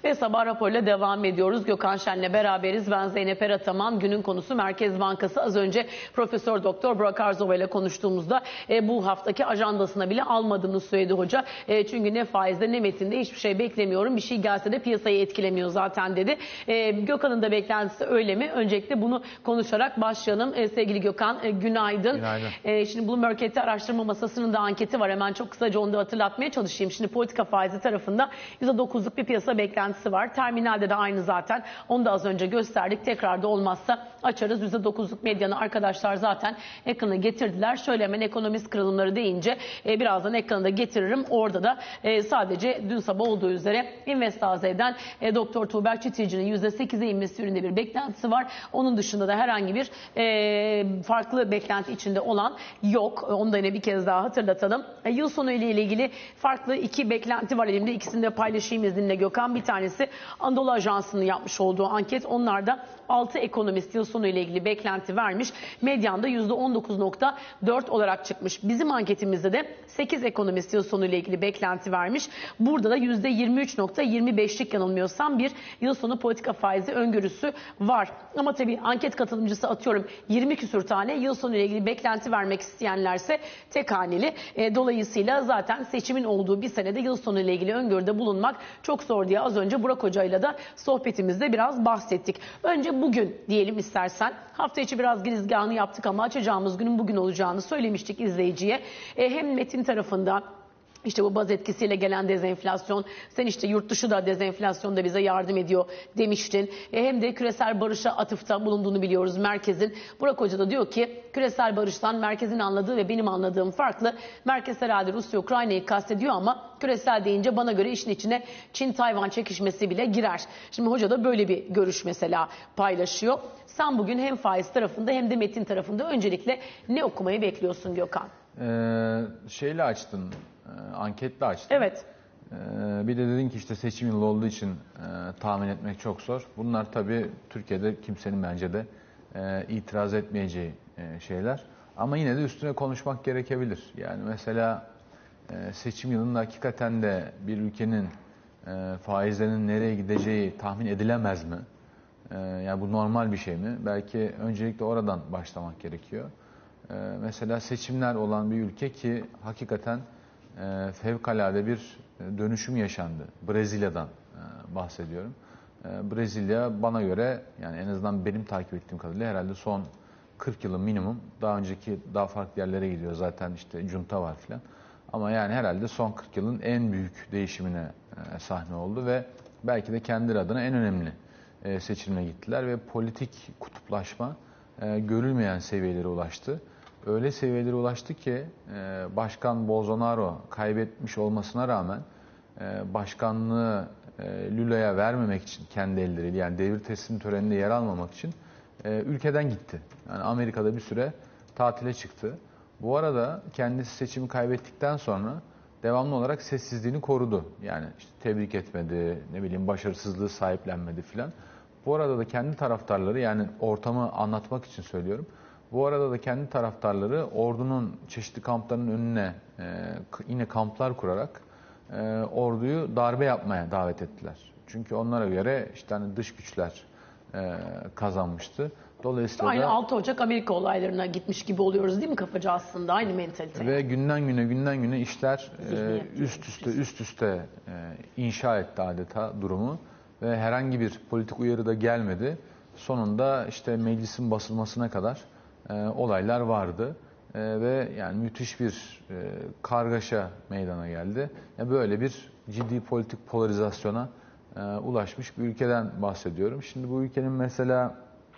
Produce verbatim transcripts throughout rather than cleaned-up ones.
Ve sabah raporuyla devam ediyoruz. Gökhan Şen'le beraberiz. Ben Zeynep Erataman. Günün konusu Merkez Bankası. Az önce Profesör Doktor Burak Arzova ile konuştuğumuzda e, bu haftaki ajandasına bile almadığını söyledi hoca. E, çünkü ne faizde ne metinde hiçbir şey beklemiyorum. Bir şey gelse de piyasayı etkilemiyor zaten dedi. E, Gökhan'ın da beklentisi öyle mi? Öncelikle bunu konuşarak başlayalım. E, sevgili Gökhan, e, günaydın. Günaydın. E, şimdi Bloomberg araştırma masasının da anketi var. Hemen çok kısaca onu da hatırlatmaya çalışayım. Şimdi politika faizi tarafında yüzde dokuzluk bir piyasa beklentisi var. Terminalde de aynı zaten. Onu da az önce gösterdik. Tekrar da olmazsa açarız. yüzde dokuzluk medyanı arkadaşlar zaten ekrana getirdiler. Şöyle hemen ekonomist kırılımları deyince e, birazdan ekrana da getiririm. Orada da e, sadece dün sabah olduğu üzere Investaze'den e, Doktor Tuğberk Çitici'nin yüzde sekize inmesi yönünde bir beklentisi var. Onun dışında da herhangi bir e, farklı beklenti içinde olan yok. Onu da yine bir kez daha hatırlatalım. E, yıl sonu ile ilgili farklı iki beklenti var elimde. İkisini de paylaşayım izninle Gökhan. Bir tanesi Anadolu Ajansı'nın yapmış olduğu anket. Onlar da altı ekonomist yıl sonu ile ilgili beklenti vermiş. Medyanda yüzde on dokuz nokta dört olarak çıkmış. Bizim anketimizde de sekiz ekonomist yıl sonu ile ilgili beklenti vermiş. Burada da yüzde yirmi üç nokta yirmi beşlik yanılmıyorsam bir yıl sonu politika faizi öngörüsü var. Ama tabii anket katılımcısı atıyorum yirmi küsür tane, yıl sonu ile ilgili beklenti vermek isteyenlerse tek haneli. E, dolayısıyla zaten seçimin olduğu bir senede yıl sonu ile ilgili öngörüde bulunmak çok zor diye az önce Burak Hoca ile de sohbetimizde biraz bahsettik. Önce bugün diyelim istersen. Hafta içi biraz girizgahını yaptık ama açacağımız günün bugün olacağını söylemiştik izleyiciye. E, hem metin tarafında İşte bu baz etkisiyle gelen dezenflasyon, sen işte yurt dışı da dezenflasyonda bize yardım ediyor demiştin. E hem de küresel barışa atıfta bulunduğunu biliyoruz merkezin. Burak Hoca da diyor ki küresel barıştan merkezin anladığı ve benim anladığım farklı. Merkez herhalde Rusya Ukrayna'yı kastediyor ama küresel deyince bana göre işin içine Çin-Tayvan çekişmesi bile girer. Şimdi hoca da böyle bir görüş mesela paylaşıyor. Sen bugün hem faiz tarafında hem de metin tarafında öncelikle ne okumayı bekliyorsun Gökhan? Ee, şeyle açtın. Anketle açtım. Evet. Ee, bir de dedin ki işte seçim yılı olduğu için e, tahmin etmek çok zor. Bunlar tabii Türkiye'de kimsenin bence de e, itiraz etmeyeceği e, şeyler. Ama yine de üstüne konuşmak gerekebilir. Yani mesela e, seçim yılında hakikaten de bir ülkenin e, faizlerinin nereye gideceği tahmin edilemez mi? E, yani bu normal bir şey mi? Belki öncelikle oradan başlamak gerekiyor. E, mesela seçimler olan bir ülke ki hakikaten E, fevkalade bir dönüşüm yaşandı. Brezilya'dan e, bahsediyorum. E, Brezilya bana göre yani en azından benim takip ettiğim kadarıyla herhalde son kırk yılın minimum. Daha önceki daha farklı yerlere gidiyor zaten işte junta var filan. Ama yani herhalde son kırk yılın en büyük değişimine e, sahne oldu ve belki de kendileri adına en önemli e, seçilime gittiler ve politik kutuplaşma e, görülmeyen seviyelere ulaştı. Öyle seviyelere ulaştı ki Başkan Bolsonaro kaybetmiş olmasına rağmen başkanlığı Lula'ya vermemek için kendi elleriyle yani devir teslim töreninde yer almamak için ülkeden gitti. Yani Amerika'da bir süre tatile çıktı. Bu arada kendisi seçimi kaybettikten sonra devamlı olarak sessizliğini korudu. Yani işte tebrik etmedi, ne bileyim başarısızlığı sahiplenmedi filan. Bu arada da kendi taraftarları yani ortamı anlatmak için söylüyorum. Bu arada da kendi taraftarları ordunun çeşitli kamplarının önüne e, yine kamplar kurarak e, orduyu darbe yapmaya davet ettiler. Çünkü onlara göre işte hani dış güçler e, kazanmıştı. Dolayısıyla aynı da, altı Ocak Amerika olaylarına gitmiş gibi oluyoruz değil mi kafaca aslında aynı mentalite. Ve günden güne günden güne işler e, üst üste üst üste e, inşa etti adeta durumu ve herhangi bir politik uyarı da gelmedi. Sonunda işte meclisin basılmasına kadar E, olaylar vardı e, ve yani müthiş bir e, kargaşa meydana geldi. Yani böyle bir ciddi politik polarizasyona e, ulaşmış bir ülkeden bahsediyorum. Şimdi bu ülkenin mesela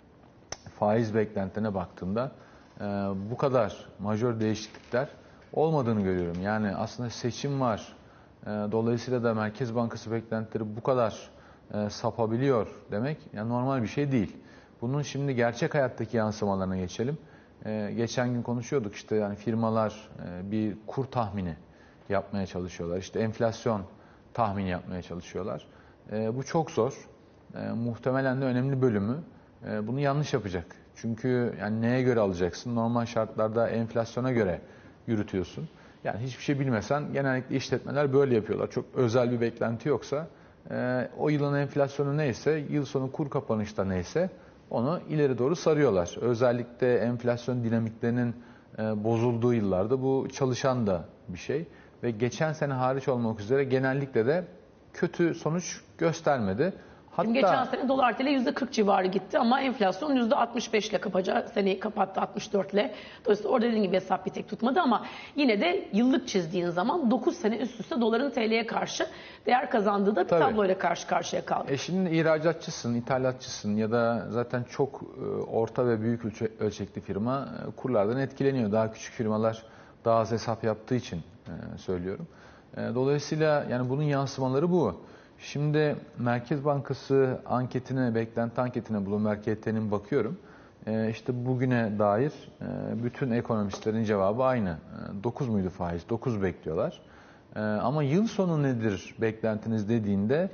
faiz beklentilerine baktığımda e, bu kadar majör değişiklikler olmadığını görüyorum. Yani aslında seçim var. E, dolayısıyla da Merkez Bankası beklentileri bu kadar e, sapabiliyor demek yani normal bir şey değil. Bunun şimdi gerçek hayattaki yansımalarına geçelim. Ee, geçen gün konuşuyorduk işte yani firmalar e, bir kur tahmini yapmaya çalışıyorlar. İşte enflasyon tahmini yapmaya çalışıyorlar. E, bu çok zor. E, muhtemelen de önemli bölümü e, bunu yanlış yapacak. Çünkü yani neye göre alacaksın? Normal şartlarda enflasyona göre yürütüyorsun. Yani hiçbir şey bilmesen genellikle işletmeler böyle yapıyorlar. Çok özel bir beklenti yoksa e, o yılın enflasyonu neyse, yıl sonu kur kapanışta neyse onu ileri doğru sarıyorlar. Özellikle enflasyon dinamiklerinin e, bozulduğu yıllarda bu çalışan da bir şey. Ve geçen sene hariç olmak üzere genellikle de kötü sonuç göstermedi. Hatta Şimdi geçen sene dolar T L yüzde kırk civarı gitti ama enflasyon yüzde altmış beş ile kapacağı seneyi kapattı altmış dört ile. Dolayısıyla orada dediğim gibi hesap bir tek tutmadı ama yine de yıllık çizdiğin zaman dokuz sene üst üste doların T L'ye karşı değer kazandığı da bir Tabii. tabloyla karşı karşıya kaldı. E şimdi ihracatçısın, ithalatçısın ya da zaten çok e, orta ve büyük ölçe- ölçekli firma e, kurlardan etkileniyor. Daha küçük firmalar daha az hesap yaptığı için e, söylüyorum. E, dolayısıyla yani bunun yansımaları bu. Şimdi Merkez Bankası anketine, beklenti anketine Bloomberg H T'nin bakıyorum. E, işte bugüne dair e, bütün ekonomistlerin cevabı aynı. E, dokuz muydu faiz? dokuz bekliyorlar. E, ama yıl sonu nedir beklentiniz dediğinde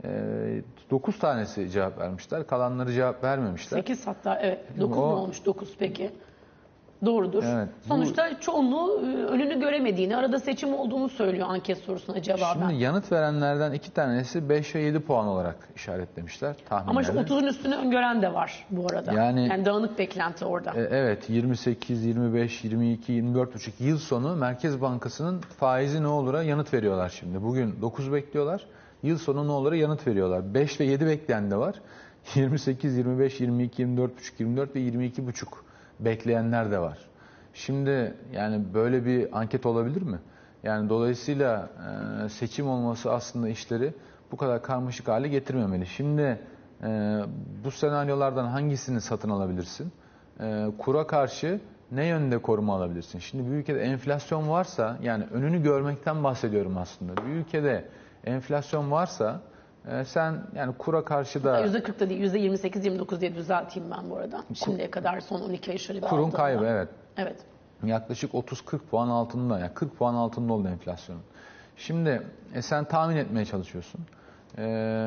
dokuz tanesi cevap vermişler. Kalanları cevap vermemişler. sekiz hatta evet. dokuz mu O- olmuş? dokuz peki. Doğrudur. Evet, bu- Sonuçta çoğunluğu e, önünü göremediğini, arada seçim olduğunu söylüyor anket sorusuna cevaben. Şimdi yanıt verenlerden iki tanesi beş ve yedi puan olarak işaretlemişler tahminlerini. Ama şu otuzun üstünü öngören de var bu arada. Yani- Yani dağınık beklenti orada. E, Evet, yirmi sekiz, yirmi beş, yirmi iki, yirmi dört buçuk yıl sonu Merkez Bankası'nın faizi ne olur'a yanıt veriyorlar şimdi. Bugün dokuz bekliyorlar. Yıl sonu ne olur'a yanıt veriyorlar. beş ve yedi bekleyen de var. yirmi sekiz, yirmi beş, yirmi iki, yirmi dört buçuk, yirmi dört ve yirmi iki buçuk bekleyenler de var. Şimdi yani böyle bir anket olabilir mi? Yani dolayısıyla e, seçim olması aslında işleri bu kadar karmaşık hale getirmemeli. Şimdi e, bu senaryolardan hangisini satın alabilirsin? E, kura karşı ne yönde koruma alabilirsin? Şimdi bir ülkede enflasyon varsa, yani önünü görmekten bahsediyorum aslında. Bir ülkede enflasyon varsa e, sen yani kura karşı da yüzde kırk da değil, yüzde yirmi sekiz yirmi dokuz diye düzelteyim ben bu arada. Şimdiye kadar son on iki ay şöyle bir kurun aldığımda. kaybı, evet. Evet. Yaklaşık otuz kırk puan altında, yani kırk puan altında oldu enflasyonun. Şimdi e, sen tahmin etmeye çalışıyorsun. E,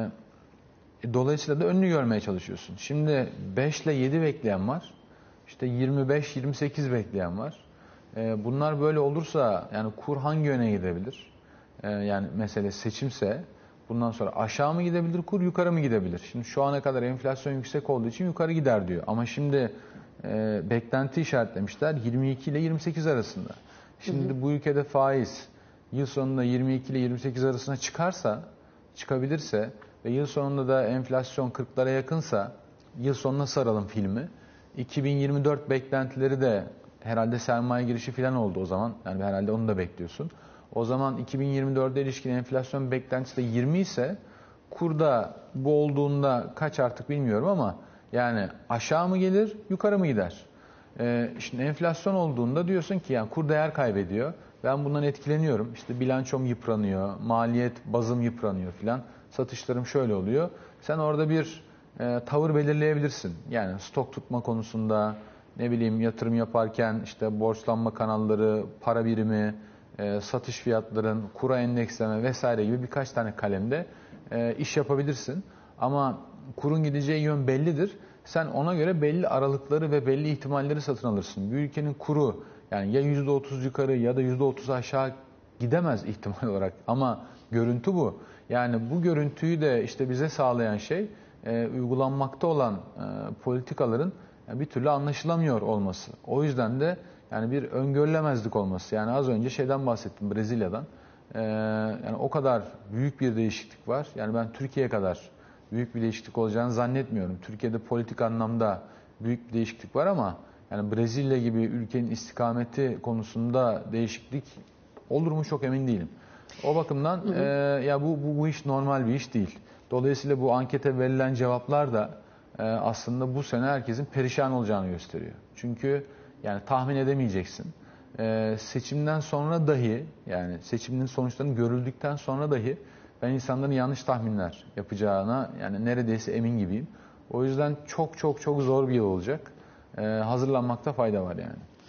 e, dolayısıyla da önünü görmeye çalışıyorsun. Şimdi beş ile yedi bekleyen var. İşte yirmi beş yirmi sekiz bekleyen var. E, bunlar böyle olursa yani kur hangi yöne gidebilir? E, yani mesele seçimse bundan sonra aşağı mı gidebilir kur, yukarı mı gidebilir? Şimdi şu ana kadar enflasyon yüksek olduğu için yukarı gider diyor. Ama şimdi e, beklenti işaretlemişler yirmi iki ile yirmi sekiz arasında. Şimdi hı hı. bu ülkede faiz yıl sonunda yirmi iki ile yirmi sekiz arasına çıkarsa, çıkabilirse ve yıl sonunda da enflasyon kırklara yakınsa, yıl sonuna saralım filmi. iki bin yirmi dört beklentileri de herhalde sermaye girişi falan oldu o zaman. Yani herhalde onu da bekliyorsun. O zaman iki bin yirmi dörde ilişkin enflasyon beklentisi de yirmi ise kurda bu olduğunda kaç artık bilmiyorum ama yani aşağı mı gelir, yukarı mı gider? Ee, şimdi enflasyon olduğunda diyorsun ki yani kur değer kaybediyor. Ben bundan etkileniyorum. İşte bilançom yıpranıyor, maliyet bazım yıpranıyor filan. Satışlarım şöyle oluyor. Sen orada bir e, tavır belirleyebilirsin. Yani stok tutma konusunda, ne bileyim yatırım yaparken işte borçlanma kanalları, para birimi, e, satış fiyatların, kura endeksleme vesaire gibi birkaç tane kalemde e, iş yapabilirsin. Ama kurun gideceği yön bellidir. Sen ona göre belli aralıkları ve belli ihtimalleri satın alırsın. Bir ülkenin kuru yani ya yüzde otuz yukarı ya da yüzde otuz aşağı gidemez ihtimal olarak. Ama görüntü bu. Yani bu görüntüyü de işte bize sağlayan şey e, uygulanmakta olan e, politikaların yani bir türlü anlaşılamıyor olması. O yüzden de yani bir öngörülemezlik olması. Yani az önce şeyden bahsettim, Brezilya'dan. E, yani o kadar büyük bir değişiklik var. Yani ben Türkiye kadar büyük bir değişiklik olacağını zannetmiyorum. Türkiye'de politik anlamda büyük bir değişiklik var ama yani Brezilya gibi ülkenin istikameti konusunda değişiklik olur mu çok emin değilim. O bakımdan hı hı. E, ya bu, bu bu iş normal bir iş değil. Dolayısıyla bu ankete verilen cevaplar da e, aslında bu sene herkesin perişan olacağını gösteriyor. Çünkü yani tahmin edemeyeceksin. E, seçimden sonra dahi yani seçimin sonuçlarının görüldükten sonra dahi ben insanların yanlış tahminler yapacağına yani neredeyse emin gibiyim. O yüzden çok çok çok zor bir yıl olacak. Ee, hazırlanmakta fayda var yani.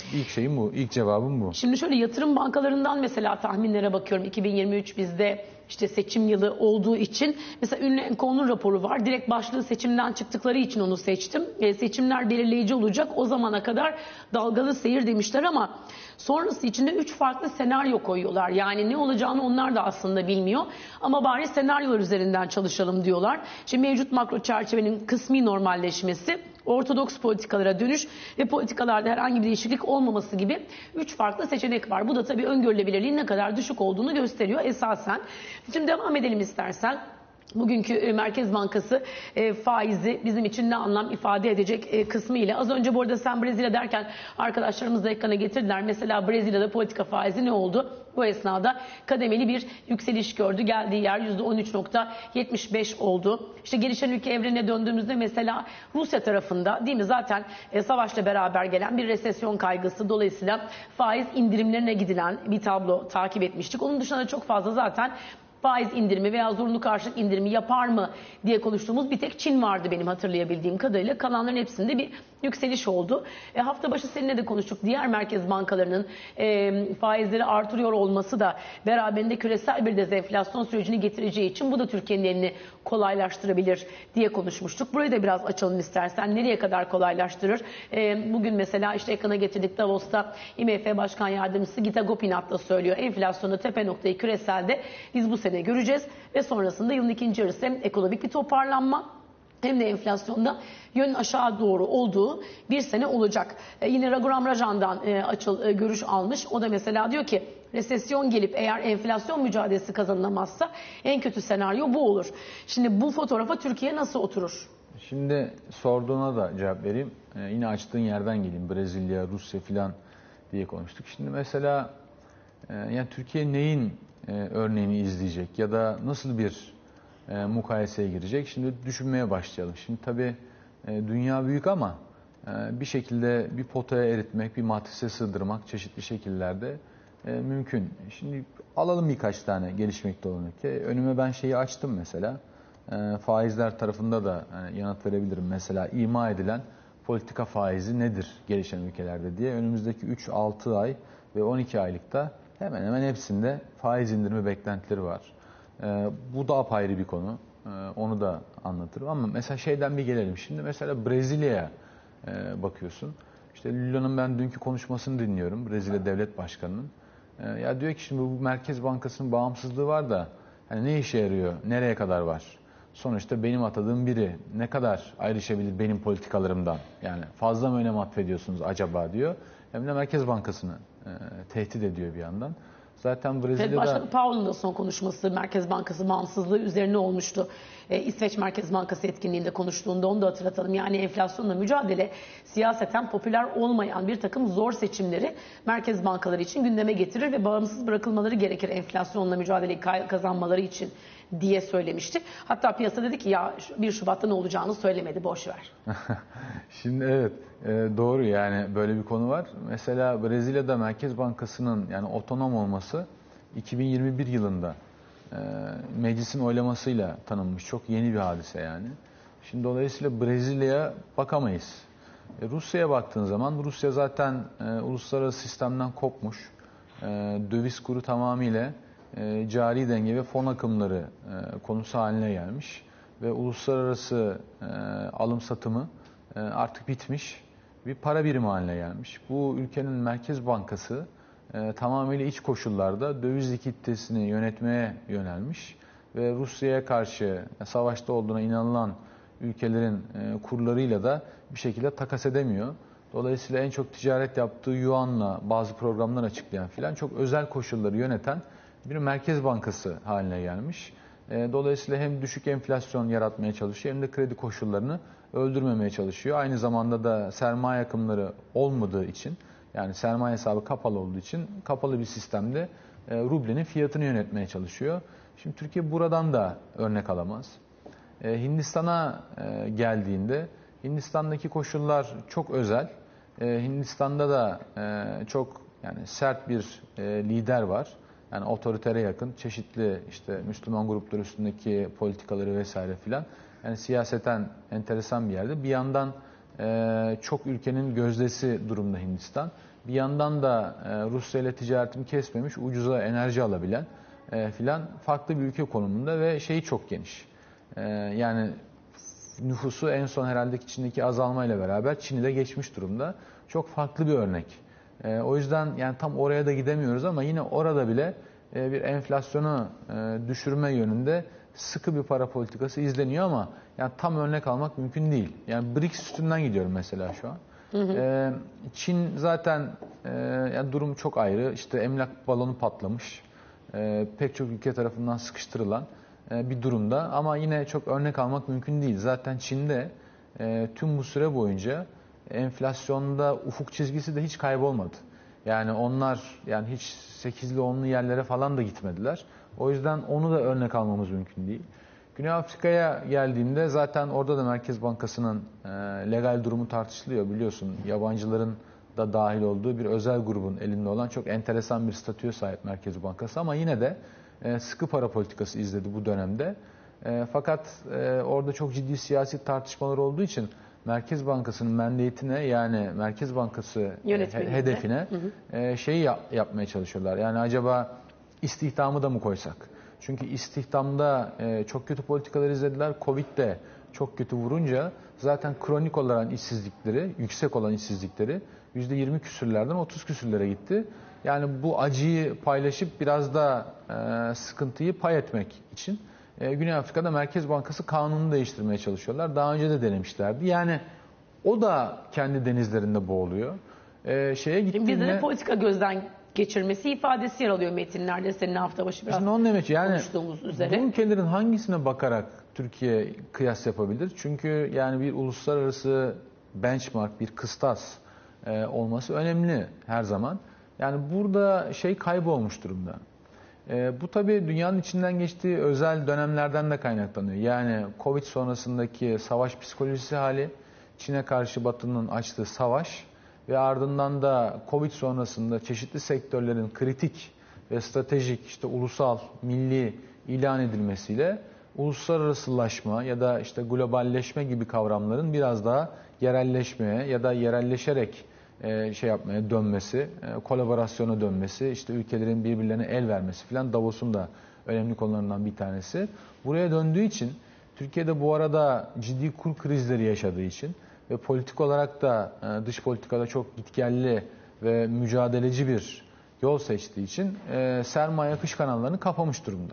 ilk şeyim bu, ilk cevabım bu. Şimdi şöyle yatırım bankalarından mesela tahminlere bakıyorum. iki bin yirmi üç bizde işte seçim yılı olduğu için mesela ünlü Enko'nun raporu var. Direkt başlığı seçimden çıktıkları için onu seçtim. E, seçimler belirleyici olacak. O zamana kadar dalgalı seyir demişler ama sonrası içinde üç farklı senaryo koyuyorlar. Yani ne olacağını onlar da aslında bilmiyor. Ama bari senaryolar üzerinden çalışalım diyorlar. Şimdi mevcut makro çerçevenin kısmi normalleşmesi, ortodoks politikalara dönüş ve politikalarda herhangi bir değişiklik olmaması gibi üç farklı seçenek var. Bu da tabii öngörülebilirliğin ne kadar düşük olduğunu gösteriyor esasen. Şimdi devam edelim istersen. Bugünkü Merkez Bankası faizi bizim için ne anlam ifade edecek kısmı ile. Az önce bu arada sen Brezilya derken arkadaşlarımız da ekrana getirdiler. Mesela Brezilya'da politika faizi ne oldu? Bu esnada kademeli bir yükseliş gördü. Geldiği yer yüzde on üç nokta yetmiş beş oldu. İşte gelişen ülke evrenine döndüğümüzde mesela Rusya tarafında değil mi zaten savaşla beraber gelen bir resesyon kaygısı. Dolayısıyla faiz indirimlerine gidilen bir tablo takip etmiştik. Onun dışında da çok fazla zaten faiz indirimi veya zorunlu karşılık indirimi yapar mı diye konuştuğumuz bir tek Çin vardı benim hatırlayabildiğim kadarıyla. Kalanların hepsinde bir yükseliş oldu. E, hafta başı seninle de konuştuk. Diğer merkez bankalarının e, faizleri artırıyor olması da beraberinde küresel bir dezenflasyon sürecini getireceği için bu da Türkiye'nin elini kolaylaştırabilir diye konuşmuştuk. Burayı da biraz açalım istersen. Nereye kadar kolaylaştırır? E, bugün mesela işte ekrana getirdik Davos'ta I M F Başkan Yardımcısı Gita Gopinath da söylüyor. Enflasyonda tepe noktayı küreselde biz bu sene göreceğiz ve sonrasında yılın ikinci yarısı hem ekonomik bir toparlanma hem de enflasyonda yönün aşağı doğru olduğu bir sene olacak. E, yine Raghuram Rajan'dan e, açıl e, görüş almış. O da mesela diyor ki resesyon gelip eğer enflasyon mücadelesi kazanılamazsa en kötü senaryo bu olur. Şimdi bu fotoğrafa Türkiye nasıl oturur? Şimdi sorduğuna da cevap vereyim. Ee, yine açtığın yerden geleyim. Brezilya, Rusya filan diye konuştuk. Şimdi mesela e, yani Türkiye neyin e, örneğini izleyecek ya da nasıl bir e, mukayeseye girecek? Şimdi düşünmeye başlayalım. Şimdi tabii e, dünya büyük ama e, bir şekilde bir potaya eritmek, bir matrise sığdırmak çeşitli şekillerde e, mümkün. Şimdi alalım birkaç tane gelişmekte olan ülke. Önüme ben şeyi açtım mesela. E, faizler tarafında da e, yanıt verebilirim. Mesela ima edilen politika faizi nedir gelişen ülkelerde diye. Önümüzdeki üç altı ay ve on iki aylıkta hemen hemen hepsinde faiz indirme beklentileri var. E, bu da apayrı bir konu. E, onu da anlatırım ama mesela şeyden bir gelelim. Şimdi mesela Brezilya'ya e, bakıyorsun. İşte Lula'nın ben dünkü konuşmasını dinliyorum. Brezilya Devlet Başkanı'nın. E, ya diyor ki şimdi bu Merkez Bankası'nın bağımsızlığı var da hani ne işe yarıyor, nereye kadar var? Sonuçta benim atadığım biri ne kadar ayrışabilir benim politikalarımdan? Yani fazla mı önem atfediyorsunuz acaba diyor. Hem de Merkez Bankası'nı e, tehdit ediyor bir yandan. Zaten Brezilya'da... Fed Başkanı Powell'ın da son konuşması Merkez Bankası bağımsızlığı üzerine olmuştu. Ee, İsveç Merkez Bankası etkinliğinde konuştuğunda onu da hatırlatalım. Yani enflasyonla mücadele siyaseten popüler olmayan bir takım zor seçimleri merkez bankaları için gündeme getirir ve bağımsız bırakılmaları gerekir enflasyonla mücadeleyi kazanmaları için diye söylemişti. Hatta piyasa dedi ki ya bir Şubat'ta ne olacağını söylemedi, boş ver. Şimdi evet doğru yani böyle bir konu var. Mesela Brezilya'da Merkez Bankası'nın yani otonom olması iki bin yirmi bir yılında meclisin oylamasıyla tanınmış. Çok yeni bir hadise yani. Şimdi dolayısıyla Brezilya'ya bakamayız. Rusya'ya baktığın zaman Rusya zaten uluslararası sistemden kopmuş. Döviz kuru tamamıyla E, cari denge ve fon akımları e, konusu haline gelmiş ve uluslararası e, alım satımı e, artık bitmiş bir para birimi haline gelmiş. Bu ülkenin Merkez Bankası e, tamamıyla iç koşullarda döviz likiditesini yönetmeye yönelmiş ve Rusya'ya karşı savaşta olduğuna inanılan ülkelerin e, kurlarıyla da bir şekilde takas edemiyor. Dolayısıyla en çok ticaret yaptığı yuanla bazı programlar açıklayan filan çok özel koşulları yöneten bir Merkez Bankası haline gelmiş. Dolayısıyla hem düşük enflasyon yaratmaya çalışıyor hem de kredi koşullarını öldürmemeye çalışıyor. Aynı zamanda da sermaye akımları olmadığı için yani sermaye hesabı kapalı olduğu için kapalı bir sistemde rublenin fiyatını yönetmeye çalışıyor. Şimdi Türkiye buradan da örnek alamaz. Hindistan'a geldiğinde Hindistan'daki koşullar çok özel. Hindistan'da da çok yani sert bir lider var. Yani otoritere yakın, çeşitli işte Müslüman gruplar üstündeki politikaları vesaire filan. Yani siyaseten enteresan bir yerde. Bir yandan e, çok ülkenin gözdesi durumda Hindistan. bir yandan da e, Rusya ile ticaretini kesmemiş, ucuza enerji alabilen e, filan farklı bir ülke konumunda ve şeyi çok geniş. E, yani nüfusu en son herhalde Çin'deki azalmayla beraber Çin'i de geçmiş durumda. Çok farklı bir örnek. E, o yüzden yani tam oraya da gidemiyoruz ama yine orada bile e, bir enflasyonu e, düşürme yönünde sıkı bir para politikası izleniyor ama yani tam örnek almak mümkün değil. Yani B R I C S üstünden gidiyorum mesela şu an. Hı hı. E, Çin zaten e, yani durum çok ayrı. İşte emlak balonu patlamış. E, pek çok ülke tarafından sıkıştırılan e, bir durumda. Ama yine çok örnek almak mümkün değil. Zaten Çin'de e, tüm bu süre boyunca enflasyonda ufuk çizgisi de hiç kaybolmadı. Yani onlar yani hiç sekizli onlu yerlere falan da gitmediler. O yüzden onu da örnek almamız mümkün değil. Güney Afrika'ya geldiğimde zaten orada da Merkez Bankası'nın e, legal durumu tartışılıyor biliyorsun. Yabancıların da dahil olduğu bir özel grubun elinde olan çok enteresan bir statüye sahip Merkez Bankası ama yine de e, sıkı para politikası izledi bu dönemde. E, fakat e, orada çok ciddi siyasi tartışmalar olduğu için Merkez Bankası'nın mandate'ine yani Merkez Bankası he, hedefine hı hı. E, şeyi yap, yapmaya çalışıyorlar. Yani acaba istihdamı da mı koysak? Çünkü istihdamda e, çok kötü politikalar izlediler. Covid de çok kötü vurunca zaten kronik olan işsizlikleri, yüksek olan işsizlikleri yüzde yirmi küsürlerden otuz küsürlere gitti. Yani bu acıyı paylaşıp biraz da e, sıkıntıyı pay etmek için e, Güney Afrika'da Merkez Bankası kanunu değiştirmeye çalışıyorlar. Daha önce de denemişlerdi. Yani o da kendi denizlerinde boğuluyor. E, şeye gittiğinde... Bizde de politika gözden geçirmesi ifadesi yer alıyor metinlerde senin hafta başı biraz demek, yani konuştuğumuz üzere. Bu ülkelerin hangisine bakarak Türkiye kıyas yapabilir? Çünkü yani bir uluslararası benchmark, bir kıstas e, olması önemli her zaman. Yani burada şey kaybolmuş durumda. E, bu tabii dünyanın içinden geçtiği özel dönemlerden de kaynaklanıyor. Yani Covid sonrasındaki savaş psikolojisi hali, Çin'e karşı Batı'nın açtığı savaş ve ardından da Covid sonrasında çeşitli sektörlerin kritik ve stratejik işte ulusal, milli ilan edilmesiyle uluslararasılaşma ya da işte globalleşme gibi kavramların biraz daha yerelleşmeye ya da yerelleşerek e, şey yapmaya dönmesi, e, kolaborasyona dönmesi, işte ülkelerin birbirlerine el vermesi filan Davos'un da önemli konularından bir tanesi. Buraya döndüğü için Türkiye'de bu arada ciddi kur krizleri yaşadığı için ve politik olarak da dış politikada çok gitgelli ve mücadeleci bir yol seçtiği için e, sermaye akış kanallarını kapamış durumda.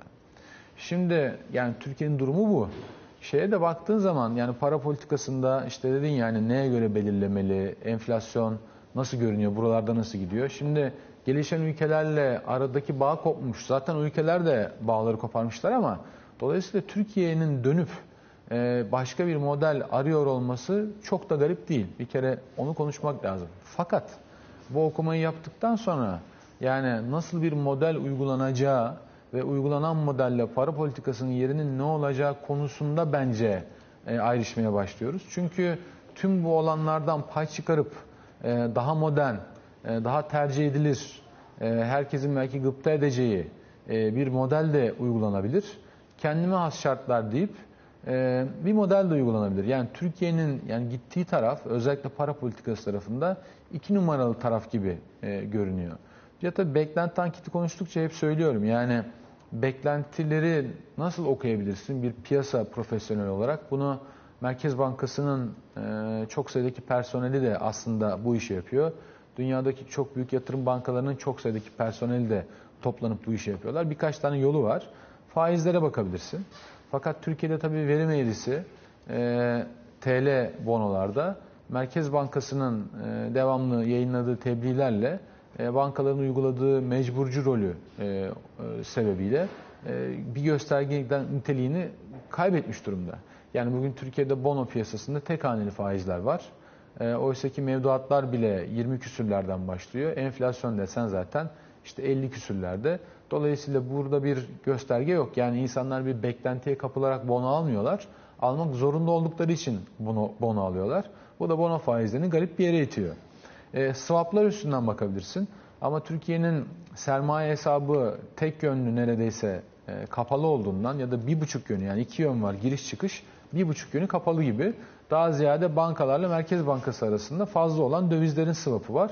Şimdi yani Türkiye'nin durumu bu. Şeye de baktığın zaman yani para politikasında işte dedin yani neye göre belirlemeli, enflasyon nasıl görünüyor, buralarda nasıl gidiyor? Şimdi gelişen ülkelerle aradaki bağ kopmuş. Zaten o ülkeler de bağları koparmışlar ama dolayısıyla Türkiye'nin dönüp başka bir model arıyor olması çok da garip değil. Bir kere onu konuşmak lazım. Fakat bu okumayı yaptıktan sonra yani nasıl bir model uygulanacağı ve uygulanan modelle para politikasının yerinin ne olacağı konusunda bence ayrışmaya başlıyoruz. Çünkü tüm bu olanlardan pay çıkarıp daha modern, daha tercih edilir, herkesin belki gıpta edeceği bir model de uygulanabilir. Kendime has şartlar deyip bir model de uygulanabilir. Yani Türkiye'nin yani gittiği taraf özellikle para politikası tarafında iki numaralı taraf gibi e, görünüyor. Ya tabii beklenti anketi konuştukça hep söylüyorum. Yani beklentileri nasıl okuyabilirsin bir piyasa profesyoneli olarak? Bunu Merkez Bankası'nın e, çok sayıdaki personeli de aslında bu işi yapıyor. Dünyadaki çok büyük yatırım bankalarının çok sayıdaki personeli de toplanıp bu işi yapıyorlar. Birkaç tane yolu var. Faizlere bakabilirsin. Fakat Türkiye'de tabii verim eğrisi e, T L bonolarda Merkez Bankası'nın e, devamlı yayınladığı tebliğlerle e, bankaların uyguladığı mecburcu rolü e, e, sebebiyle e, bir göstergeden niteliğini kaybetmiş durumda. Yani bugün Türkiye'de bono piyasasında tek haneli faizler var. E, Oysa ki mevduatlar bile yirmi küsürlerden başlıyor. Enflasyon desen zaten işte elli küsürlerde. Dolayısıyla burada bir gösterge yok. Yani insanlar bir beklentiye kapılarak bono almıyorlar. Almak zorunda oldukları için bono, bono alıyorlar. Bu da bono faizlerini garip bir yere itiyor. E, swaplar üstünden bakabilirsin. Ama Türkiye'nin sermaye hesabı tek yönlü neredeyse e, kapalı olduğundan ya da bir buçuk yönü yani iki yön var giriş çıkış bir buçuk yönü kapalı gibi. Daha ziyade bankalarla Merkez Bankası arasında fazla olan dövizlerin swap'ı var.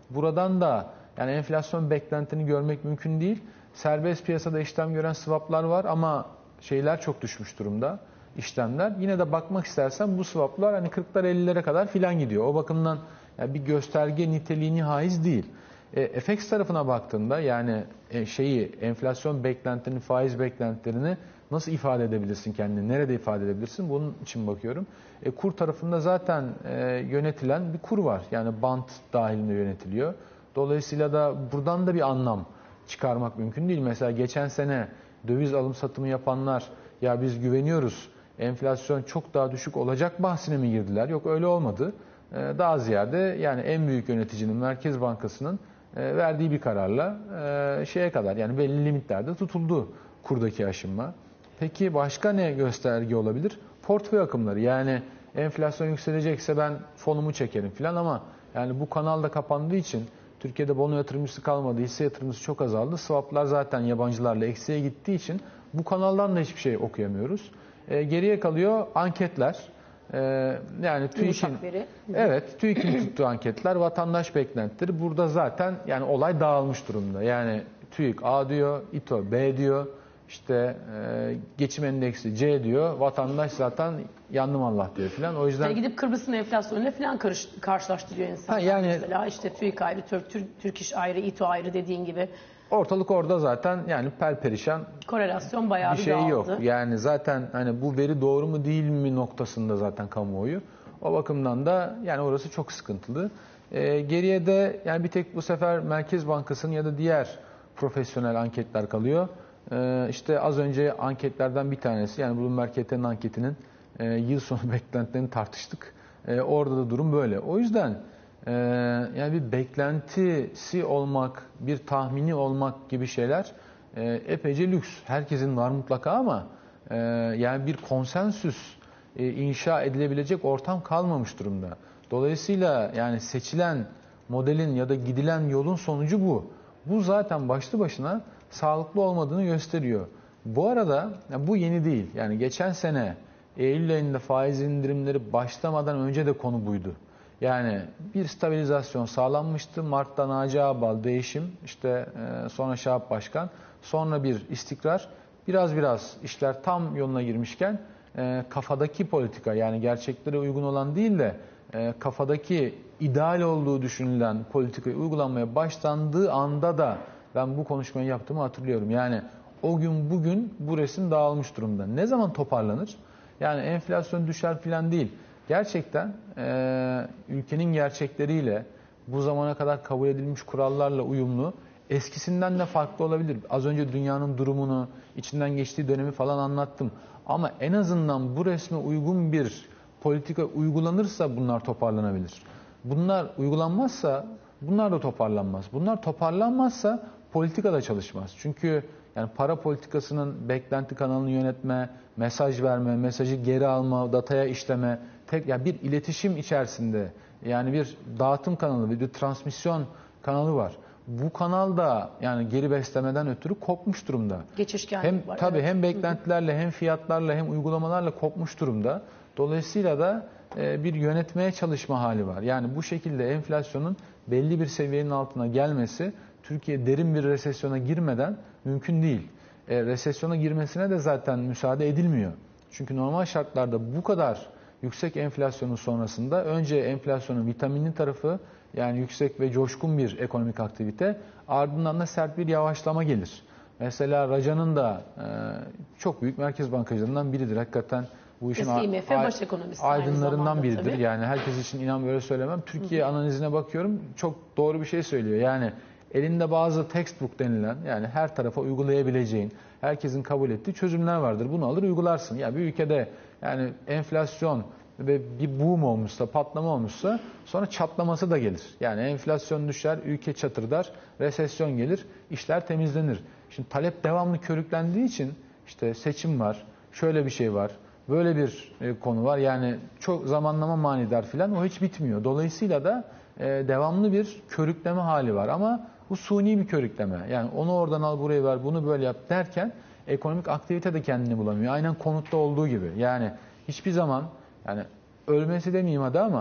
buradan da yani enflasyon beklentini görmek mümkün değil. Serbest piyasada işlem gören swaplar var ama şeyler çok düşmüş durumda, işlemler. Yine de bakmak istersen bu swaplar hani kırklar ellilere kadar filan gidiyor. O bakımdan yani bir gösterge niteliğini haiz değil. E, F X tarafına baktığında yani e, şeyi enflasyon beklentilerini, faiz beklentilerini nasıl ifade edebilirsin kendini, nerede ifade edebilirsin? Bunun için bakıyorum. E, kur tarafında zaten e, yönetilen bir kur var. Yani bant dahilinde yönetiliyor. Dolayısıyla da buradan da bir anlam çıkarmak mümkün değil. Mesela geçen sene döviz alım satımı yapanlar ya biz güveniyoruz, enflasyon çok daha düşük olacak bahsine mi girdiler? Yok, öyle olmadı. E, daha ziyade yani en büyük yöneticinin, Merkez Bankası'nın e, verdiği bir kararla e, şeye kadar yani belli limitlerde tutuldu kurdaki aşınma. Peki başka ne gösterge olabilir? Portföy akımları. Yani enflasyon yükselecekse ben fonumu çekerim falan ama yani bu kanal da kapandığı için Türkiye'de bono yatırımcısı kalmadı, hisse yatırımcısı çok azaldı. Swaplar zaten yabancılarla eksiye gittiği için bu kanaldan da hiçbir şey okuyamıyoruz. E, geriye kalıyor anketler. E, yani TÜİK'in evet TÜİK'in tuttuğu anketler, vatandaş beklentileri. Burada zaten yani olay dağılmış durumda. Yani TÜİK A diyor, İTO B diyor. İşte e, geçim endeksi C diyor. Vatandaş zaten yandım Allah diyor filan. O yüzden yani gidip Kıbrıs'ın enflasyonuyla falan karış, karşılaştırıyor insanlar. Ha, yani, mesela işte TÜİK ayrı, Türk, Türk, Türk İş ayrı, İTO ayrı dediğin gibi. Ortalık orada zaten yani perperişan. Korelasyon bayağı bir bir şey dağıldı. yok. Yani zaten hani bu veri doğru mu değil mi noktasında zaten kamuoyu. O bakımdan da yani orası çok sıkıntılı. E, geriye de yani bir tek bu sefer Merkez Bankası'nın ya da diğer profesyonel anketler kalıyor. Ee, işte az önce anketlerden bir tanesi yani Bloomberg K T'nin anketinin e, yıl sonu beklentilerini tartıştık. E, orada da durum böyle. O yüzden e, yani bir beklentisi olmak, bir tahmini olmak gibi şeyler e, epeyce lüks. Herkesin var mutlaka ama e, yani bir konsensüs e, inşa edilebilecek ortam kalmamış durumda. Dolayısıyla yani seçilen modelin ya da gidilen yolun sonucu bu. Bu zaten başlı başına sağlıklı olmadığını gösteriyor. Bu arada bu yeni değil. Yani geçen sene Eylül ayında faiz indirimleri başlamadan önce de konu buydu. Yani bir stabilizasyon sağlanmıştı. Mart'ta Naci Ağbal değişim, işte sonra Şahap Başkan, sonra bir istikrar. Biraz biraz işler tam yoluna girmişken kafadaki politika yani gerçeklere uygun olan değil de kafadaki ideal olduğu düşünülen politikayı uygulanmaya başlandığı anda da ben bu konuşmayı yaptığımı hatırlıyorum. Yani o gün bugün bu resim dağılmış durumda. Ne zaman toparlanır? Yani enflasyon düşer falan değil. Gerçekten e, ülkenin gerçekleriyle bu zamana kadar kabul edilmiş kurallarla uyumlu, eskisinden de farklı olabilir. Az önce dünyanın durumunu, içinden geçtiği dönemi falan anlattım. Ama en azından bu resme uygun bir politika uygulanırsa bunlar toparlanabilir. Bunlar uygulanmazsa bunlar da toparlanmaz. Bunlar toparlanmazsa politika da çalışmaz. Çünkü yani para politikasının beklenti kanalını yönetme, mesaj verme, mesajı geri alma, dataya işleme, tek yani bir iletişim içerisinde yani bir dağıtım kanalı, bir, bir transmisyon kanalı var. Bu kanal da yani geri beslemeden ötürü kopmuş durumda. Geçişkenlik hem, var. Tabii evet. hem beklentilerle hem fiyatlarla hem uygulamalarla kopmuş durumda. Dolayısıyla da e, bir yönetmeye çalışma hali var. Yani bu şekilde enflasyonun belli bir seviyenin altına gelmesi Türkiye derin bir resesyona girmeden mümkün değil. E, resesyona girmesine de zaten müsaade edilmiyor. Çünkü normal şartlarda bu kadar yüksek enflasyonun sonrasında önce enflasyonun vitaminli tarafı yani yüksek ve coşkun bir ekonomik aktivite, ardından da sert bir yavaşlama gelir. Mesela Raca'nın da e, çok büyük merkez bankacılarından biridir. Hakikaten bu işin I M F baş ekonomisti aydınlarından biridir. Tabii. Yani herkes için inan böyle söylemem. Türkiye analizine bakıyorum çok doğru bir şey söylüyor. Yani elinde bazı textbook denilen yani her tarafa uygulayabileceğin, herkesin kabul ettiği çözümler vardır. Bunu alır uygularsın. Ya bir ülkede yani enflasyon ve bir boom olmuşsa, patlama olmuşsa sonra çatlaması da gelir. Yani enflasyon düşer, ülke çatırdar, resesyon gelir, işler temizlenir. Şimdi talep devamlı körüklendiği için işte seçim var, şöyle bir şey var, böyle bir konu var. Yani çok zamanlama manidar filan o hiç bitmiyor. Dolayısıyla da devamlı bir körükleme hali var ama bu suni bir körükleme. Yani onu oradan al buraya ver, bunu böyle yap derken ekonomik aktivite de kendini bulamıyor. Aynen konutta olduğu gibi. Yani hiçbir zaman yani ölmesi demeyeyim hadi ama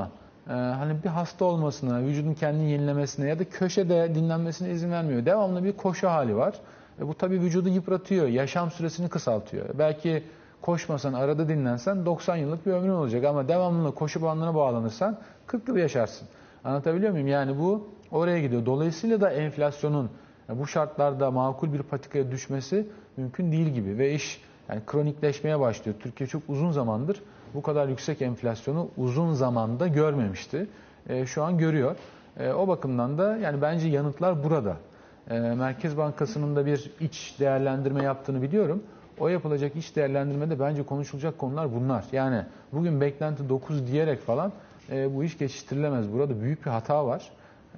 hani bir hasta olmasına, vücudun kendini yenilemesine ya da köşede dinlenmesine izin vermiyor. Devamlı bir koşu hali var. E bu tabii vücudu yıpratıyor, yaşam süresini kısaltıyor. Belki koşmasan, arada dinlensen doksan yıllık bir ömrün olacak ama devamlı koşu bandına bağlanırsan kırk yıl yaşarsın. Anlatabiliyor muyum? Yani bu oraya gidiyor. Dolayısıyla da enflasyonun bu şartlarda makul bir patikaya düşmesi mümkün değil gibi ve iş yani kronikleşmeye başlıyor. Türkiye çok uzun zamandır bu kadar yüksek enflasyonu uzun zamanda görmemişti. E, şu an görüyor. E, o bakımdan da yani bence yanıtlar burada. E, Merkez Bankası'nın da bir iç değerlendirme yaptığını biliyorum. O yapılacak iç değerlendirmede bence konuşulacak konular bunlar. Yani bugün beklenti dokuz diyerek falan e, bu iş geçiştirilemez. Burada büyük bir hata var.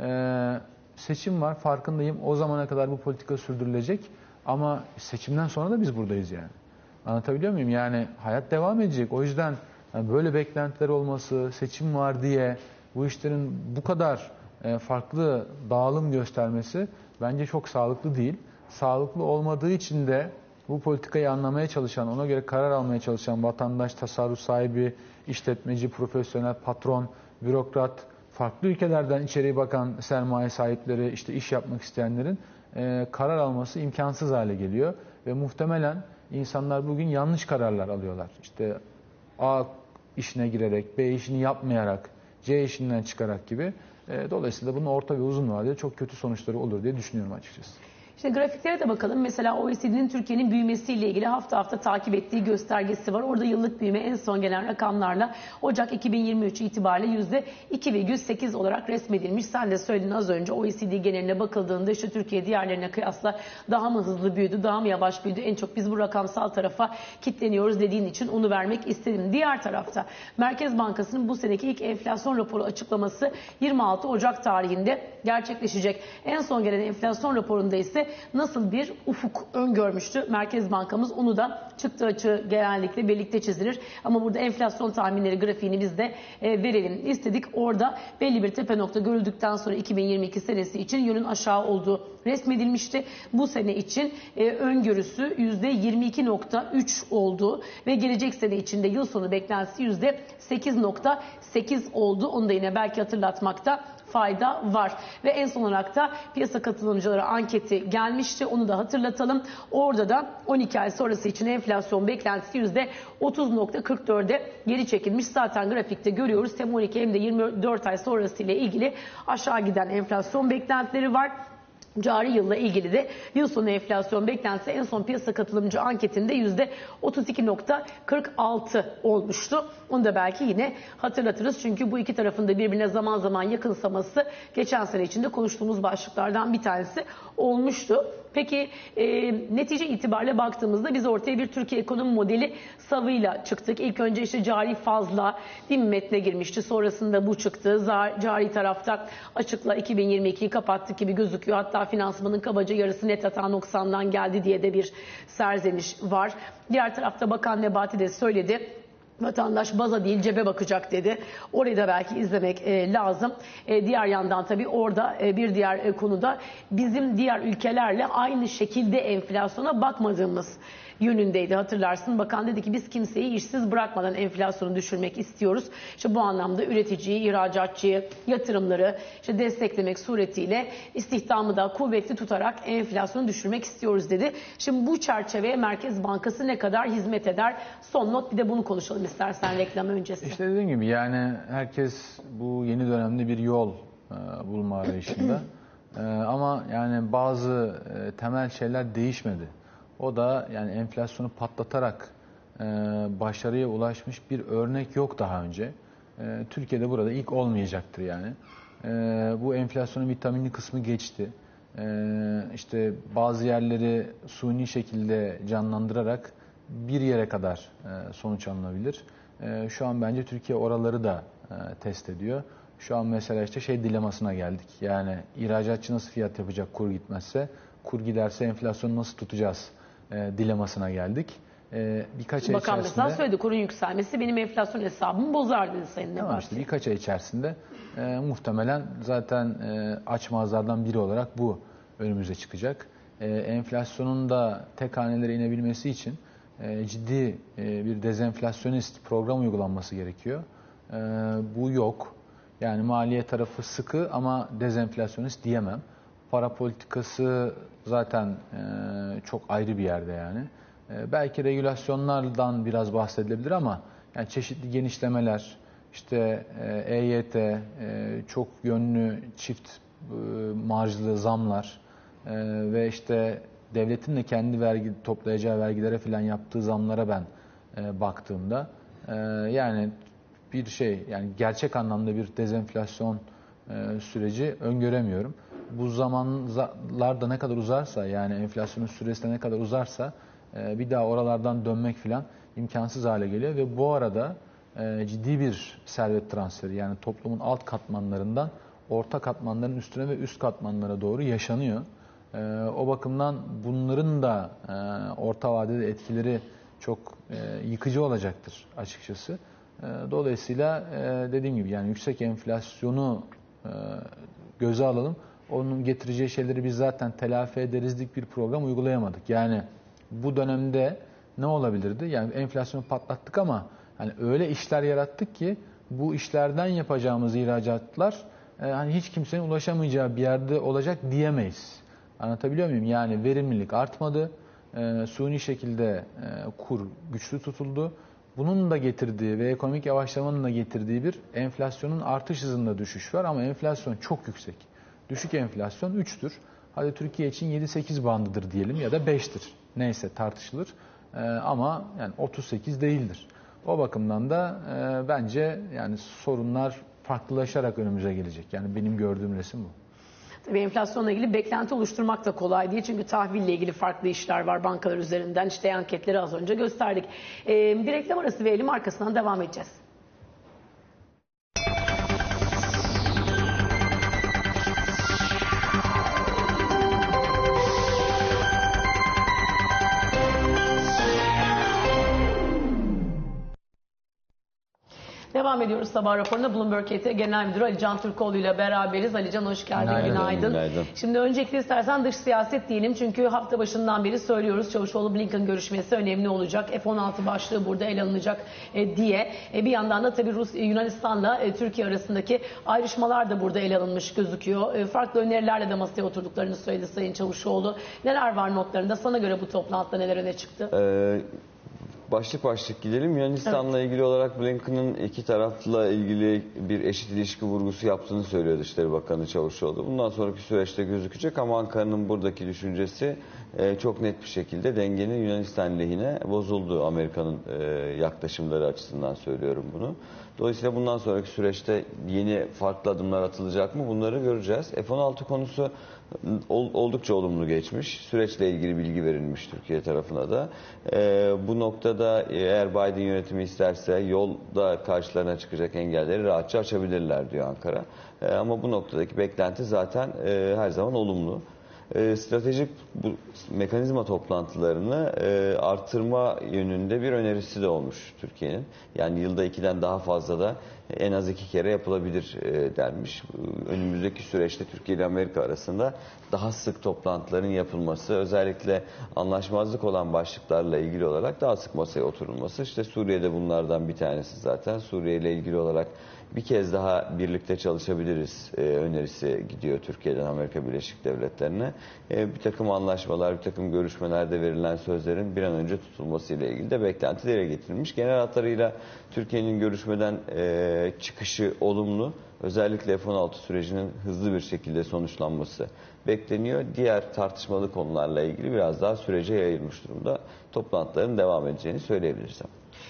E, seçim var, farkındayım. O zamana kadar bu politika sürdürülecek. Ama seçimden sonra da biz buradayız yani. Anlatabiliyor muyum? Yani hayat devam edecek. O yüzden yani böyle beklentiler olması, seçim var diye bu işlerin bu kadar e, farklı dağılım göstermesi bence çok sağlıklı değil. Sağlıklı olmadığı için de bu politikayı anlamaya çalışan, ona göre karar almaya çalışan vatandaş, tasarruf sahibi, işletmeci, profesyonel, patron, bürokrat, farklı ülkelerden içeriye bakan sermaye sahipleri, işte iş yapmak isteyenlerin e, karar alması imkansız hale geliyor. Ve muhtemelen insanlar bugün yanlış kararlar alıyorlar. İşte A işine girerek, B işini yapmayarak, C işinden çıkarak gibi. E, dolayısıyla bunun orta ve uzun vadede çok kötü sonuçları olur diye düşünüyorum açıkçası. İşte grafiklere de bakalım. Mesela O E C D'nin Türkiye'nin büyümesiyle ilgili hafta hafta takip ettiği göstergesi var. Orada yıllık büyüme en son gelen rakamlarla Ocak iki bin yirmi üç itibariyle yüzde iki virgül sekiz olarak resmedilmiş. Sen de söyledin az önce O E C D geneline bakıldığında işte Türkiye diğerlerine kıyasla daha mı hızlı büyüdü, daha mı yavaş büyüdü? En çok biz bu rakamsal tarafa kilitleniyoruz dediğin için onu vermek istedim. Diğer tarafta Merkez Bankası'nın bu seneki ilk enflasyon raporu açıklaması yirmi altı Ocak tarihinde gerçekleşecek. En son gelen enflasyon raporunda ise nasıl bir ufuk öngörmüştü Merkez Bankamız, onu da çıktı açığı genellikle birlikte çizilir. Ama burada enflasyon tahminleri grafiğini biz de e, verelim istedik. Orada belli bir tepe nokta görüldükten sonra iki bin yirmi iki senesi için yönün aşağı olduğu resmedilmişti. Bu sene için e, öngörüsü yüzde yirmi iki virgül üç oldu ve gelecek sene içinde yıl sonu beklentisi yüzde sekiz virgül sekiz oldu. Onu da yine belki hatırlatmakta fayda var. Ve en son olarak da piyasa katılımcıları anketi gelmişti. Onu da hatırlatalım. Orada da on iki ay sonrası için enflasyon beklentisi yüzde otuz virgül kırk dörde geri çekilmiş. Zaten grafikte görüyoruz. Hem on iki hem de yirmi dört ay sonrası ile ilgili aşağı giden enflasyon beklentileri var. Cari yılla ilgili de yıl sonu enflasyon beklentisi en son piyasa katılımcı anketinde yüzde otuz iki virgül kırk altı olmuştu. Onu da belki yine hatırlatırız. Çünkü bu iki tarafın da birbirine zaman zaman yakınsaması geçen sene içinde konuştuğumuz başlıklardan bir tanesi olmuştu. Peki e, netice itibariyle baktığımızda biz ortaya bir Türkiye ekonomi modeli savıyla çıktık. İlk önce işte cari fazla değil mi metne girmişti. Sonrasında bu çıktı. Cari tarafta açıkla iki bin yirmi ikiyi kapattık gibi gözüküyor. Hatta finansmanın kabaca yarısı net hata noksandan geldi diye de bir serzeniş var. Diğer tarafta Bakan Nebati de söyledi. Vatandaş baza değil cebe bakacak dedi. Orayı da belki izlemek e, lazım. E, diğer yandan tabii orada e, bir diğer e, konuda bizim diğer ülkelerle aynı şekilde enflasyona bakmadığımız yönündeydi, hatırlarsın. Bakan dedi ki biz kimseyi işsiz bırakmadan enflasyonu düşürmek istiyoruz. İşte bu anlamda üreticiyi, ihracatçıyı, yatırımları işte desteklemek suretiyle istihdamı da kuvvetli tutarak enflasyonu düşürmek istiyoruz dedi. Şimdi bu çerçeveye Merkez Bankası ne kadar hizmet eder? Son not, bir de bunu konuşalım istersen reklam öncesi. İşte dediğim gibi yani herkes bu yeni dönemde bir yol e, bulma arayışında. e, ama yani bazı e, temel şeyler değişmedi. O da yani enflasyonu patlatarak e, başarıya ulaşmış bir örnek yok daha önce. E, Türkiye'de burada ilk olmayacaktır yani. E, bu enflasyonun vitaminli kısmı geçti. E, işte bazı yerleri suni şekilde canlandırarak bir yere kadar e, sonuç alınabilir. E, şu an bence Türkiye oraları da e, test ediyor. Şu an mesela işte şey dilemasına geldik. Yani ihracatçı nasıl fiyat yapacak kur gitmezse, kur giderse enflasyonu nasıl tutacağız e, dilemasına geldik. E, birkaç ay Bakan içerisinde... mesela söyledi, kurun yükselmesi benim enflasyon hesabımı bozar dedi Sayın Nebati. Tamam işte birkaç ay içerisinde e, muhtemelen zaten e, açmazlardan biri olarak bu önümüze çıkacak. E, enflasyonun da tek hanelere inebilmesi için e, ciddi e, bir dezenflasyonist program uygulanması gerekiyor. E, bu yok. Yani maliye tarafı sıkı ama dezenflasyonist diyemem. Para politikası zaten e, çok ayrı bir yerde yani. E, belki regülasyonlardan biraz bahsedilebilir ama yani çeşitli genişlemeler, işte e, E Y T, e, çok yönlü çift e, marjlı zamlar e, ve işte devletin de kendi vergi toplayacağı vergilere falan yaptığı zamlara ben e, baktığımda e, yani bir şey yani gerçek anlamda bir dezenflasyon e, süreci öngöremiyorum. Bu zamanlar da ne kadar uzarsa yani enflasyonun süresi de ne kadar uzarsa e, bir daha oralardan dönmek falan imkansız hale geliyor ve bu arada e, ciddi bir servet transferi yani toplumun alt katmanlarından orta katmanların üstüne ve üst katmanlara doğru yaşanıyor. E, o bakımdan bunların da e, orta vadede etkileri çok e, yıkıcı olacaktır açıkçası. E, dolayısıyla e, dediğim gibi yani yüksek enflasyonu e, göze alalım. Onun getireceği şeyleri biz zaten telafi ederizlik bir program uygulayamadık. Yani bu dönemde ne olabilirdi? Yani enflasyonu patlattık ama hani öyle işler yarattık ki bu işlerden yapacağımız ihracatlar e, hani hiç kimsenin ulaşamayacağı bir yerde olacak diyemeyiz. Anlatabiliyor muyum? Yani verimlilik artmadı. E, suni şekilde e, kur güçlü tutuldu. Bunun da getirdiği ve ekonomik yavaşlamanın da getirdiği bir enflasyonun artış hızında düşüş var ama enflasyon çok yüksek. Düşük enflasyon üçtür. Hadi Türkiye için yedi sekiz bandıdır diyelim ya da beştir. Neyse tartışılır. Ee, ama yani otuz sekiz değildir. O bakımdan da e, bence yani sorunlar farklılaşarak önümüze gelecek. Yani benim gördüğüm resim bu. Tabii enflasyonla ilgili beklenti oluşturmak da kolay değil. Çünkü tahville ilgili farklı işler var bankalar üzerinden. İşte anketleri az önce gösterdik. Ee, bir reklam arası verelim, arkasından devam edeceğiz. Devam ediyoruz sabah raporunda. Bloomberg E T Genel Müdürü Ali Can Türkoğlu ile beraberiz. Ali Can hoş geldin. Günaydın. Günaydın. Günaydın. Şimdi öncelikle istersen dış siyaset diyelim. Çünkü hafta başından beri söylüyoruz. Çavuşoğlu-Blinken görüşmesi önemli olacak. F on altı başlığı burada ele alınacak e, diye. E, bir yandan da tabii Rus, Yunanistan'la e, Türkiye arasındaki ayrışmalar da burada ele alınmış gözüküyor. E, farklı önerilerle de masaya oturduklarını söyledi Sayın Çavuşoğlu. Neler var notlarında? Sana göre bu toplantıda neler öne çıktı? Ee, başlık başlık gidelim. Yunanistan'la evet. ilgili olarak Blinken'ın iki tarafla ilgili bir eşit ilişki vurgusu yaptığını söylüyor Dışişleri Bakanı Çavuşoğlu. Bundan sonraki süreçte gözükecek ama Ankara'nın buradaki düşüncesi e, çok net bir şekilde dengenin Yunanistan lehine bozulduğu, Amerika'nın e, yaklaşımları açısından söylüyorum bunu. Dolayısıyla bundan sonraki süreçte yeni farklı adımlar atılacak mı bunları göreceğiz. F on altı konusu oldukça olumlu geçmiş. Süreçle ilgili bilgi verilmiş Türkiye tarafına da. Ee, bu noktada eğer Biden yönetimi isterse yolda karşılarına çıkacak engelleri rahatça açabilirler diyor Ankara. Ee, ama bu noktadaki beklenti zaten e, her zaman olumlu. E, stratejik bu mekanizma toplantılarını e, artırma yönünde bir önerisi de olmuş Türkiye'nin. Yani yılda ikiden daha fazla da en az iki kere yapılabilir e, denmiş. Önümüzdeki süreçte Türkiye ile Amerika arasında daha sık toplantıların yapılması, özellikle anlaşmazlık olan başlıklarla ilgili olarak daha sık masaya oturulması. İşte Suriye'de bunlardan bir tanesi zaten. Suriye ile ilgili olarak bir kez daha birlikte çalışabiliriz e, önerisi gidiyor Türkiye'den Amerika Birleşik Devletleri'ne. E, bir takım anlaşmalar, bir takım görüşmelerde verilen sözlerin bir an önce tutulması ile ilgili de beklenti dile getirilmiş. Genel hatlarıyla Türkiye'nin görüşmeden e, çıkışı olumlu. Özellikle F on altı sürecinin hızlı bir şekilde sonuçlanması bekleniyor. Diğer tartışmalı konularla ilgili biraz daha sürece yayılmış durumda. Toplantıların devam edeceğini söyleyebilirsem.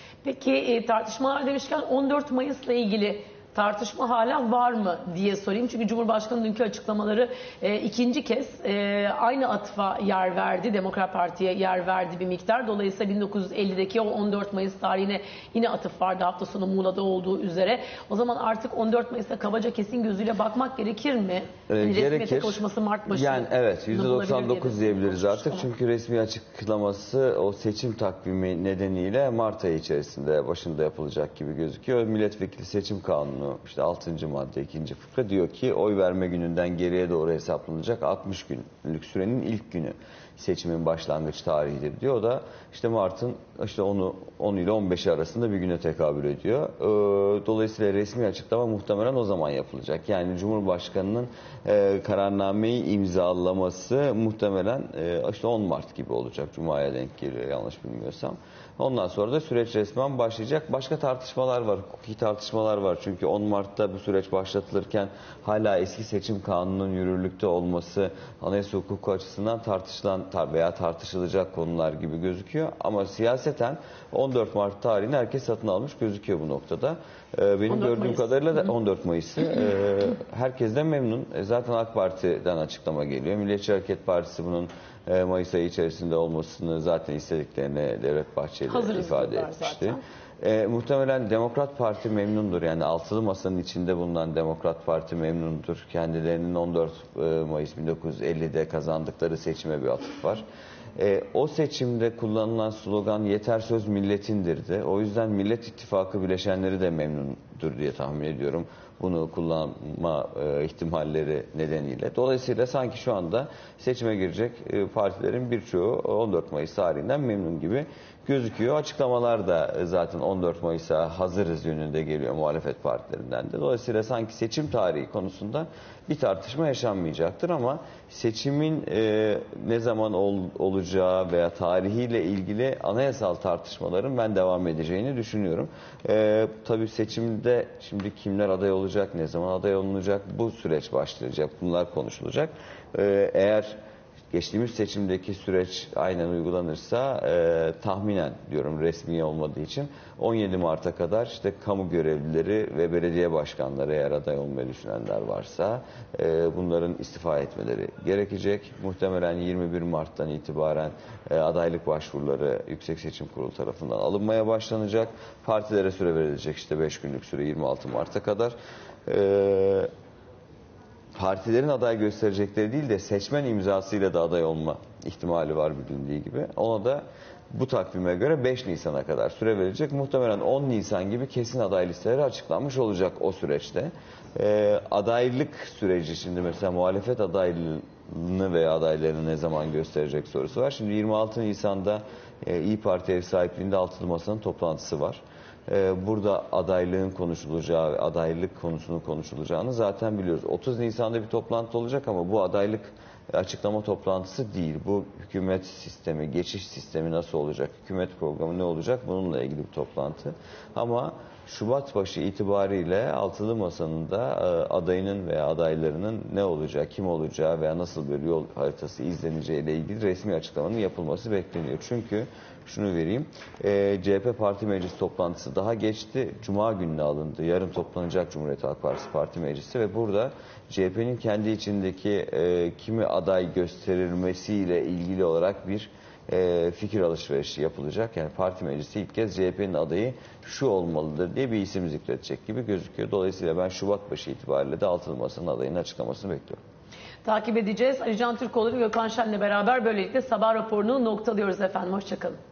Peki tartışmalar demişken on dört Mayıs'la ilgili tartışma hala var mı diye sorayım. Çünkü Cumhurbaşkanı dünkü açıklamaları e, ikinci kez e, aynı atıfa yer verdi. Demokrat Parti'ye yer verdi bir miktar. Dolayısıyla bin dokuz yüz ellideki o on dört Mayıs tarihine yine atıf vardı hafta sonu Muğla'da olduğu üzere. O zaman artık on dört Mayıs'ta kabaca kesin gözüyle bakmak gerekir mi? Ee, yani gerekir. Resmiyete koşması Mart başı. Yani evet yüzde doksan dokuz diyebiliriz artık. Ama. Çünkü resmi açıklaması o seçim takvimi nedeniyle Mart ayı içerisinde başında yapılacak gibi gözüküyor. Milletvekili seçim kanunu Kanunu işte altıncı madde ikinci fıkra diyor ki oy verme gününden geriye doğru hesaplanacak altmış günlük sürenin ilk günü seçimin başlangıç tarihidir diyor. O da işte Mart'ın işte onu on ile on beşi arasında bir güne tekabül ediyor. Ee, dolayısıyla resmi açıklama muhtemelen o zaman yapılacak. Yani Cumhurbaşkanı'nın e, kararnameyi imzalaması muhtemelen e, işte on Mart gibi olacak. Cuma'ya denk geliyor yanlış bilmiyorsam. Ondan sonra da süreç resmen başlayacak. Başka tartışmalar var, hukuki tartışmalar var. Çünkü on Mart'ta bu süreç başlatılırken hala eski seçim kanununun yürürlükte olması anayasa hukuku açısından tartışılan veya tartışılacak konular gibi gözüküyor. Ama siyaseten on dört Mart tarihini herkes satın almış gözüküyor bu noktada. Ee, benim gördüğüm Mayıs. kadarıyla da on dört Mayıs'ı e, herkes de memnun. E, zaten AK Parti'den açıklama geliyor. Milliyetçi Hareket Partisi bunun e, Mayıs ayı içerisinde olmasını zaten istediklerini Devlet Bahçeli Hazırız ifade diyorlar etmişti. zaten. E, muhtemelen Demokrat Parti memnundur. Yani altılı masanın içinde bulunan Demokrat Parti memnundur. Kendilerinin on dört Mayıs bin dokuz yüz ellide kazandıkları seçime bir atıf var. E, o seçimde kullanılan slogan yeter söz milletindirdi. O yüzden Millet İttifakı bileşenleri de memnundur diye tahmin ediyorum. Bunu kullanma e, ihtimalleri nedeniyle. Dolayısıyla sanki şu anda seçime girecek e, partilerin birçoğu on dört Mayıs tarihinden memnun gibi gözüküyor. Açıklamalar da zaten on dört Mayıs'a hazırız yönünde geliyor muhalefet partilerinden de. Dolayısıyla sanki seçim tarihi konusunda bir tartışma yaşanmayacaktır ama seçimin e, ne zaman ol, olacağı veya tarihiyle ilgili anayasal tartışmaların ben devam edeceğini düşünüyorum. E, tabii seçimde şimdi kimler aday olacak, ne zaman aday olunacak bu süreç başlayacak, bunlar konuşulacak. E, eğer geçtiğimiz seçimdeki süreç aynen uygulanırsa e, tahminen diyorum resmi olmadığı için on yedi Mart'a kadar işte kamu görevlileri ve belediye başkanları eğer aday olmayı düşünenler varsa e, bunların istifa etmeleri gerekecek. Muhtemelen yirmi bir Mart'tan itibaren e, adaylık başvuruları Yüksek Seçim Kurulu tarafından alınmaya başlanacak. Partilere süre verilecek işte beş günlük süre yirmi altı Mart'a kadar. E, Partilerin aday gösterecekleri değil de seçmen imzasıyla da aday olma ihtimali var bilindiği gibi. Ona da bu takvime göre beş Nisan'a kadar süre verecek. Muhtemelen on Nisan gibi kesin aday listeleri açıklanmış olacak o süreçte. Ee, adaylık süreci şimdi mesela muhalefet adaylığını veya adaylarını ne zaman gösterecek sorusu var. Şimdi yirmi altı Nisan'da e, İYİ Parti ev sahipliğinde altılı masanın toplantısı var. Burada adaylığın konuşulacağı, adaylık konusunun konuşulacağını zaten biliyoruz. otuz Nisan'da bir toplantı olacak ama bu adaylık açıklama toplantısı değil. Bu hükümet sistemi, geçiş sistemi nasıl olacak, hükümet programı ne olacak bununla ilgili bir toplantı. Ama Şubat başı itibariyle altılı masanın da adayının veya adaylarının ne olacağı, kim olacağı veya nasıl bir yol haritası izleneceği ile ilgili resmi açıklamanın yapılması bekleniyor. Çünkü şunu vereyim, e, C H P Parti Meclisi toplantısı daha geçti. Cuma gününe alındı. Yarın toplanacak Cumhuriyet Halk Partisi Parti Meclisi ve burada C H P'nin kendi içindeki e, kimi aday gösterilmesiyle ilgili olarak bir e, fikir alışverişi yapılacak. Yani Parti Meclisi ilk kez C H P'nin adayı şu olmalıdır diye bir isim zikredecek gibi gözüküyor. Dolayısıyla ben Şubat başı itibariyle de altılı masanın adayının açıklamasını bekliyorum. Takip edeceğiz. Ali Can Türkoğlu ve Gökhan Şen'le beraber böylelikle sabah raporunu noktalıyoruz efendim. Hoşçakalın.